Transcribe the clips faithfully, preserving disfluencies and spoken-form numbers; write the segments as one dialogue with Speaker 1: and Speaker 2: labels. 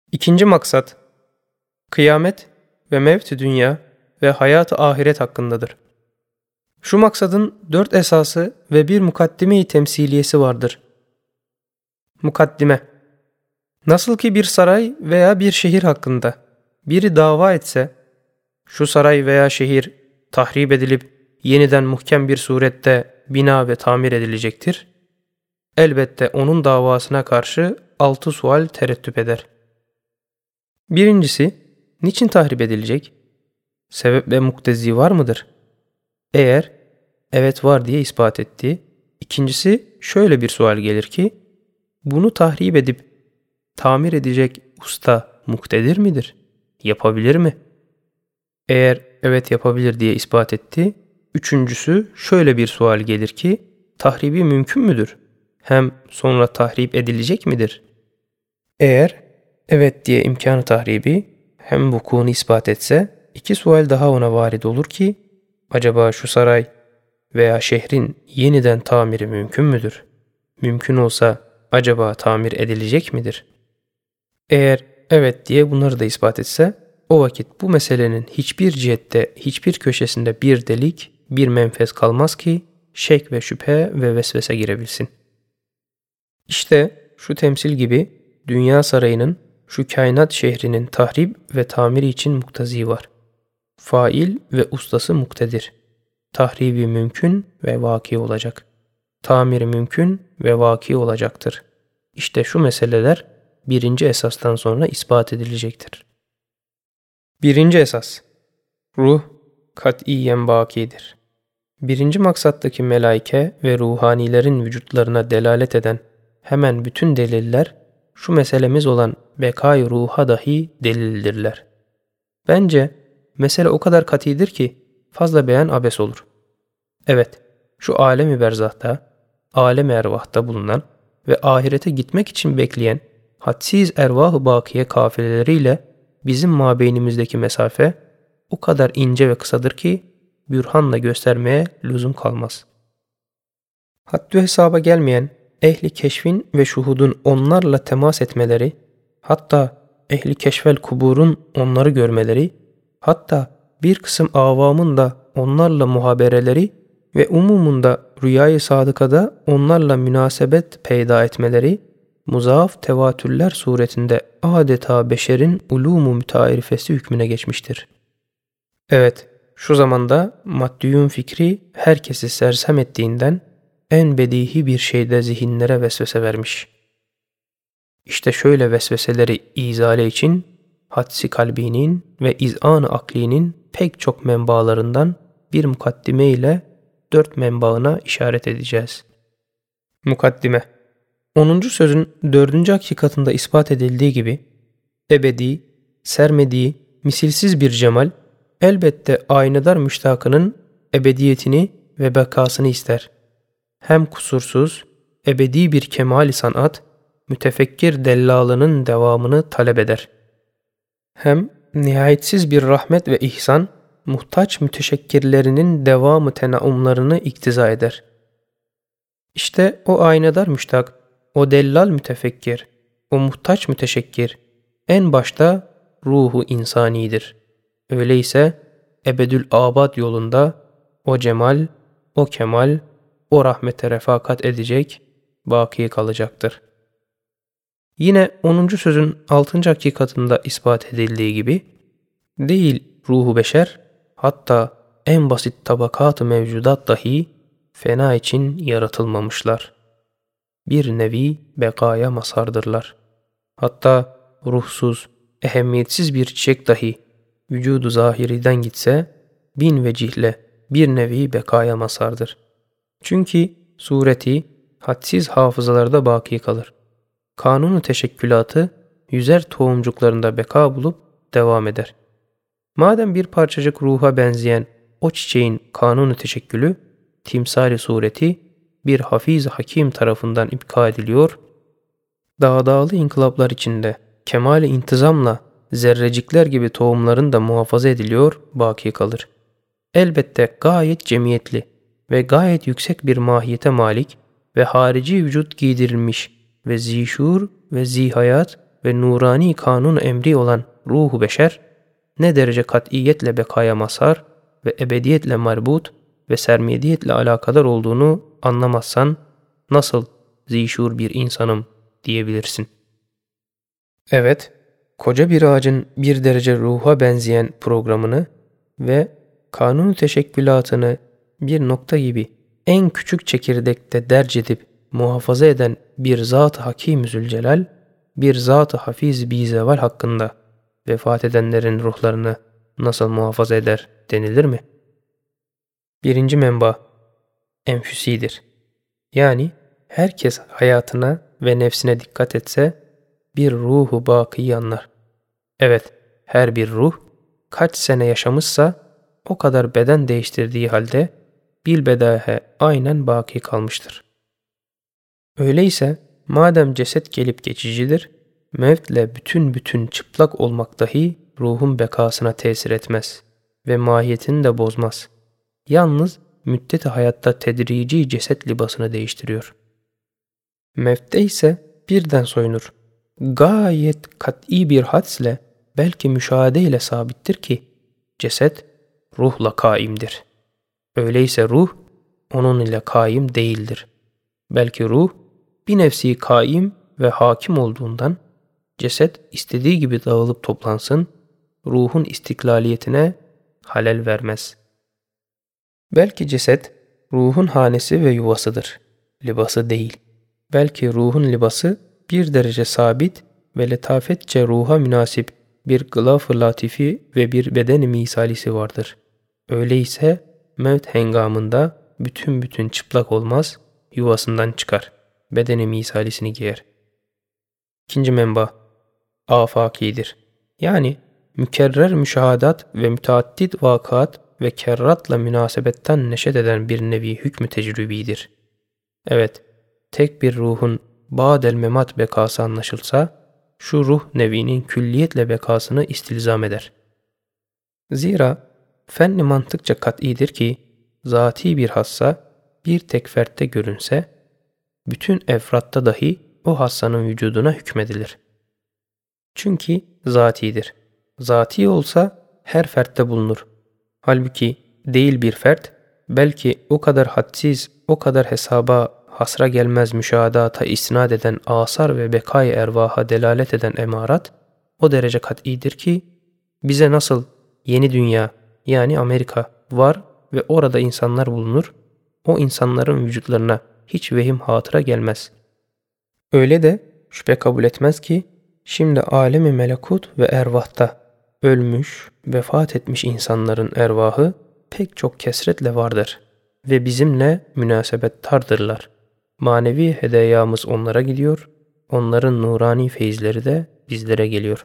Speaker 1: İkinci maksat, kıyamet ve mevt-i dünya ve hayat-ı ahiret hakkındadır. Şu maksadın dört esası ve bir mukaddime-i temsiliyesi vardır. Mukaddime: Nasıl ki bir saray veya bir şehir hakkında biri dava etse, şu saray veya şehir tahrip edilip yeniden muhkem bir surette bina ve tamir edilecektir, elbette onun davasına karşı altı sual terettüp eder. Birincisi, niçin tahrip edilecek? Sebep ve muktezi var mıdır? Eğer evet var diye ispat etti. İkincisi şöyle bir sual gelir ki, bunu tahrip edip tamir edecek usta muktedir midir? Yapabilir mi? Eğer evet yapabilir diye ispat etti. Üçüncüsü şöyle bir sual gelir ki, tahribi mümkün müdür? Hem sonra tahrip edilecek midir? Eğer evet diye imkanı tahribi hem vukuunu ispat etse, iki sual daha ona varid olur ki, acaba şu saray veya şehrin yeniden tamiri mümkün müdür? Mümkün olsa acaba tamir edilecek midir? Eğer evet diye bunları da ispat etse, o vakit bu meselenin hiçbir cihette, hiçbir köşesinde bir delik, bir menfez kalmaz ki şek ve şüphe ve vesvese girebilsin. İşte şu temsil gibi dünya sarayının, şu kainat şehrinin tahrip ve tamiri için muktazi var. Fail ve ustası muktedir. Tahribi mümkün ve vaki olacak. Tamiri mümkün ve vaki olacaktır. İşte şu meseleler birinci esastan sonra ispat edilecektir. Birinci esas, ruh katiyen bakidir. Birinci maksattaki melaike ve ruhanilerin vücutlarına delalet eden hemen bütün deliller, şu meselemiz olan bekay ruha dahi delildirler. Bence mesele o kadar katidir ki fazla beyan abes olur. Evet, şu alem-i berzahta, alem-i ervahta bulunan ve ahirete gitmek için bekleyen hadsiz ervah-ı bakiye kafileleriyle bizim mabeynimizdeki mesafe o kadar ince ve kısadır ki bürhanla göstermeye lüzum kalmaz. Haddü hesaba gelmeyen ehli keşfin ve şuhudun onlarla temas etmeleri, hatta ehli keşfel kuburun onları görmeleri, hatta bir kısım avamın da onlarla muhabereleri ve umumunda rüyayı sadıkada onlarla münasebet peyda etmeleri, muzaaf tevatürler suretinde adeta beşerin ulûmu mütearifesi hükmüne geçmiştir. Evet, şu zamanda maddiyun fikri herkesi sersem ettiğinden en bedihi bir şeyde zihinlere vesvese vermiş. İşte şöyle vesveseleri izale için hadsi kalbinin ve izan-ı aklinin pek çok menbalarından bir mukaddime ile dört menbaına işaret edeceğiz. Mukaddime: onuncu sözün dördüncü hakikatında ispat edildiği gibi, ebedi, sermedi, misilsiz bir cemal, elbette aynadar müştakının ebediyetini ve bekasını ister. Hem kusursuz, ebedi bir kemal-i sanat, mütefekkir dellalının devamını talep eder. Hem nihayetsiz bir rahmet ve ihsan, muhtaç müteşekkirlerinin devamı tenaumlarını iktiza eder. İşte o aynadar müştak, o dellal mütefekkir, o muhtaç müteşekkir, en başta ruhu insanidir. Öyleyse ebedül abad yolunda o cemal, o kemal, o rahmete refakat edecek, baki kalacaktır. Yine onuncu sözün altıncı hakikatında ispat edildiği gibi, değil ruhu beşer, hatta en basit tabakat-ı mevcudat dahi fena için yaratılmamışlar. Bir nevi bekaya masardırlar. Hatta ruhsuz, ehemmiyetsiz bir çiçek dahi vücudu zahiriden gitse, bin vecihle bir nevi bekaya masardır. Çünkü sureti hadsiz hafızalarda baki kalır. Kanunu teşekkülatı yüzer tohumcuklarında beka bulup devam eder. Madem bir parçacık ruha benzeyen o çiçeğin kanunu teşekkülü, timsali sureti bir hafiz hakim tarafından ipka ediliyor, dağdağlı inkılaplar içinde kemal-i intizamla zerrecikler gibi tohumların da muhafaza ediliyor, baki kalır. Elbette gayet cemiyetli ve gayet yüksek bir mahiyete malik ve harici vücut giydirilmiş ve zişur ve zihayat ve nurani kanun emri olan ruhu beşer, ne derece kat'iyetle bekaya mazhar ve ebediyetle marbut ve sermediyetle alakadar olduğunu anlamazsan nasıl zişur bir insanım diyebilirsin. Evet, koca bir ağacın bir derece ruha benzeyen programını ve kanun teşekkülatını bir nokta gibi en küçük çekirdekte derc edip muhafaza eden bir Zat-ı Hakim-i Zülcelal, bir Zat-ı Hafiz-i Bizeval hakkında vefat edenlerin ruhlarını nasıl muhafaza eder denilir mi? Birinci menba, enfüsidir. Yani herkes hayatına ve nefsine dikkat etse bir ruhu bakiyi anlar. Evet, her bir ruh kaç sene yaşamışsa o kadar beden değiştirdiği halde bilbedahe aynen baki kalmıştır. Öyleyse madem ceset gelip geçicidir, mevtle bütün bütün çıplak olmak dahi ruhun bekasına tesir etmez ve mahiyetini de bozmaz. Yalnız müddet-i hayatta tedrici ceset libasını değiştiriyor. Mevtte ise birden soyunur. Gayet kat'i bir hadsle, belki müşahede ile sabittir ki ceset ruhla kaimdir. Öyleyse ruh onun ile kaim değildir. Belki ruh bir nefsi kaim ve hakim olduğundan ceset istediği gibi dağılıp toplansın, ruhun istiklaliyetine halel vermez. Belki ceset ruhun hanesi ve yuvasıdır, libası değil. Belki ruhun libası bir derece sabit ve letafetçe ruha münasip bir gılaf-ı latifi ve bir beden-i misalisi vardır. Öyleyse mevt hengamında bütün bütün çıplak olmaz, yuvasından çıkar, beden-i misalisini giyer. İkinci menba, afakidir. Yani mükerrer müşahadat ve müteaddit vakaat ve kerratla münasebetten neşet eden bir nevi hükmü tecrübidir. Evet, tek bir ruhun ba'del memat bekası anlaşılsa, şu ruh nevinin külliyetle bekasını istilzam eder. Zira fen-i mantıkça kat'idir ki, zati bir hassa bir tek fertte görünse, bütün efratta dahi o hassanın vücuduna hükmedilir. Çünkü zatidir. Zati olsa her fertte bulunur. Halbuki değil bir fert, belki o kadar hadsiz, o kadar hesaba, hasra gelmez müşahadata isnad eden asar ve bekay ervaha delalet eden emarat, o derece kat'idir ki, bize nasıl yeni dünya yani Amerika var ve orada insanlar bulunur, o insanların vücutlarına hiç vehim hatıra gelmez. Öyle de şüphe kabul etmez ki, şimdi alemi melekut ve ervahta ölmüş, vefat etmiş insanların ervahı pek çok kesretle vardır ve bizimle münasebetardırlar. Manevi hediyamız onlara gidiyor, onların nurani feyizleri de bizlere geliyor.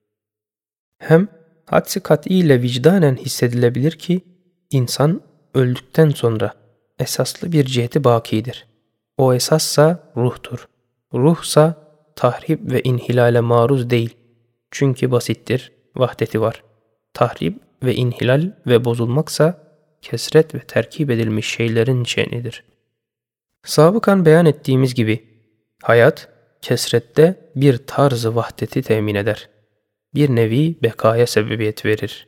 Speaker 1: Hem hadsi kat'i ile vicdanen hissedilebilir ki, insan öldükten sonra esaslı bir ciheti bakidir. O esassa ruhtur. Ruhsa tahrip ve inhilale maruz değil. Çünkü basittir, vahdeti var. Tahrip ve inhilal ve bozulmaksa kesret ve terkip edilmiş şeylerin şe'nidir. Sabıkan beyan ettiğimiz gibi hayat kesrette bir tarz-ı vahdeti temin eder. Bir nevi bekaya sebebiyet verir.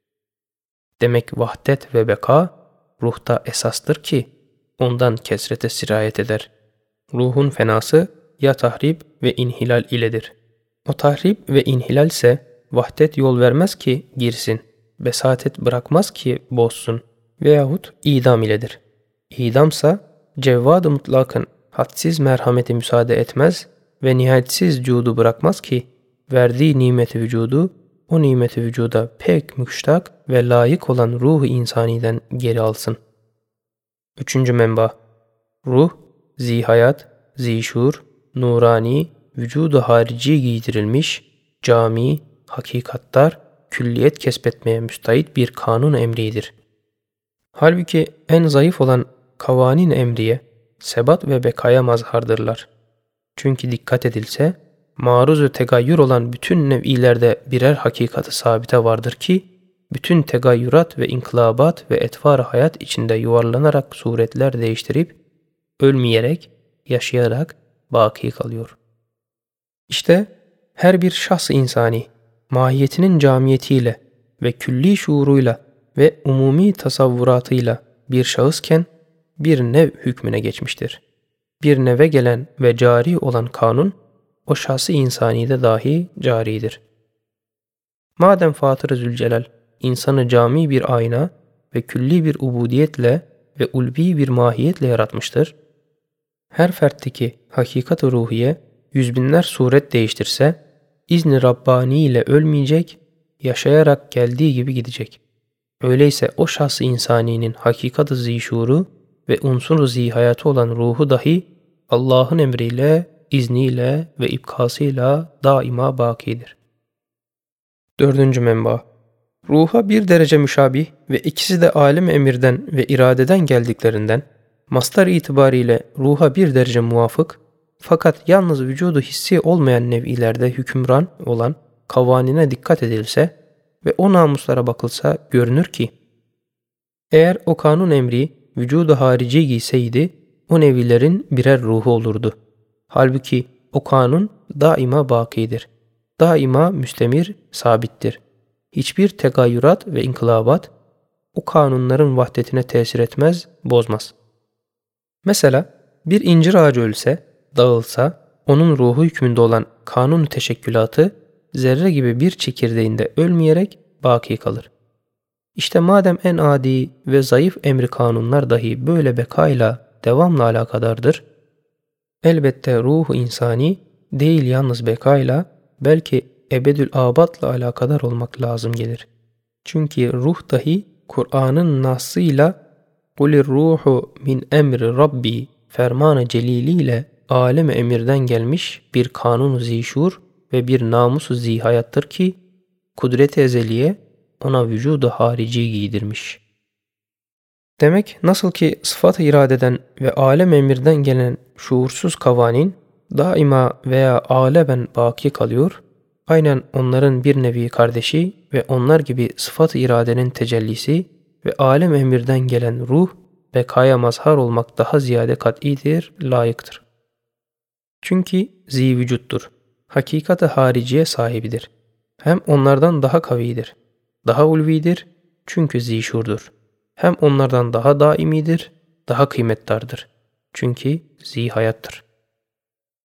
Speaker 1: Demek vahdet ve beka ruhta esastır ki ondan kesrete sirayet eder. Ruhun fenası ya tahrip ve inhilal iledir. O tahrip ve inhilal ise vahdet yol vermez ki girsin, besatet bırakmaz ki bozsun veyahut idam iledir. İdamsa cevvad-ı mutlakın hadsiz merhameti müsaade etmez ve nihayetsiz cudu bırakmaz ki verdiği nimeti vücudu o nimeti vücuda pek müştak ve layık olan ruh-u insaniden geri alsın. Üçüncü menba, ruh, zihayat, zişur, nurani, vücudu harici giydirilmiş, cami, hakikattar, külliyet kesbetmeye müstahit bir kanun emridir. Halbuki en zayıf olan kavanin emriye, sebat ve bekaya mazhardırlar. Çünkü dikkat edilse, maruz-u tegayyür olan bütün nev'ilerde birer hakikati sabite vardır ki, bütün tegayyürat ve inkılabat ve etvar hayat içinde yuvarlanarak suretler değiştirip, ölmeyerek, yaşayarak baki kalıyor. İşte her bir şahs insani, mahiyetinin camiyetiyle ve külli şuuruyla ve umumi tasavvuratıyla bir şahısken bir nev hükmüne geçmiştir. Bir neve gelen ve cari olan kanun, o şahsı insanide dahi caridir. Madem Fatır-ı Zülcelal, insanı cami bir ayna ve külli bir ubudiyetle ve ulvi bir mahiyetle yaratmıştır, her fertteki hakikat-ı ruhiye yüzbinler suret değiştirse, izni Rabbani ile ölmeyecek, yaşayarak geldiği gibi gidecek. Öyleyse o şahs-ı insaninin hakikat-ı zişuru ve unsur-u zihayatı olan ruhu dahi Allah'ın emriyle, izniyle ve ipkasıyla daima bakidir. Dördüncü menba. Ruha bir derece müşabih ve ikisi de alem emirden ve iradeden geldiklerinden, mastar itibariyle ruha bir derece muvafık, fakat yalnız vücudu hissi olmayan nev'ilerde hükümran olan kavanine dikkat edilse ve o namuslara bakılsa görünür ki, eğer o kanun emri vücudu harici giyseydi, o nevilerin birer ruhu olurdu. Halbuki o kanun daima bakidir. Daima müstemir, sabittir. Hiçbir tegayyürat ve inkılabat o kanunların vahdetine tesir etmez, bozmaz. Mesela bir incir ağacı ölse, dağılsa, onun ruhu hükmünde olan kanun teşekkülatı zerre gibi bir çekirdeğinde ölmeyerek baki kalır. İşte madem en adi ve zayıf emri kanunlar dahi böyle bekayla devamla alakadardır, elbette ruhu insani değil yalnız bekayla, belki ebedül abatla alakadar olmak lazım gelir. Çünkü ruh dahi Kur'an'ın nasıyla "Kulir ruhu min emri Rabbi" fermanı celiliyle alem-i emirden gelmiş bir kanun-u zişur ve bir namus-u zihayattır ki kudret-i ezeliye ona vücudu harici giydirmiş. Demek nasıl ki sıfat-ı iradeden ve alem emirden gelen şuursuz kavanin daima veya aleben baki kalıyor, aynen onların bir nevi kardeşi ve onlar gibi sıfat-ı iradenin tecellisi ve alem emirden gelen ruh bekaya mazhar olmak daha ziyade kat'idir, layıktır. Çünkü zi vücuttur, hakikat-ı hariciye sahibidir. Hem onlardan daha kavidir, daha ulvidir, çünkü zişurdur. Hem onlardan daha daimidir, daha kıymetdardır, çünkü zihayattır.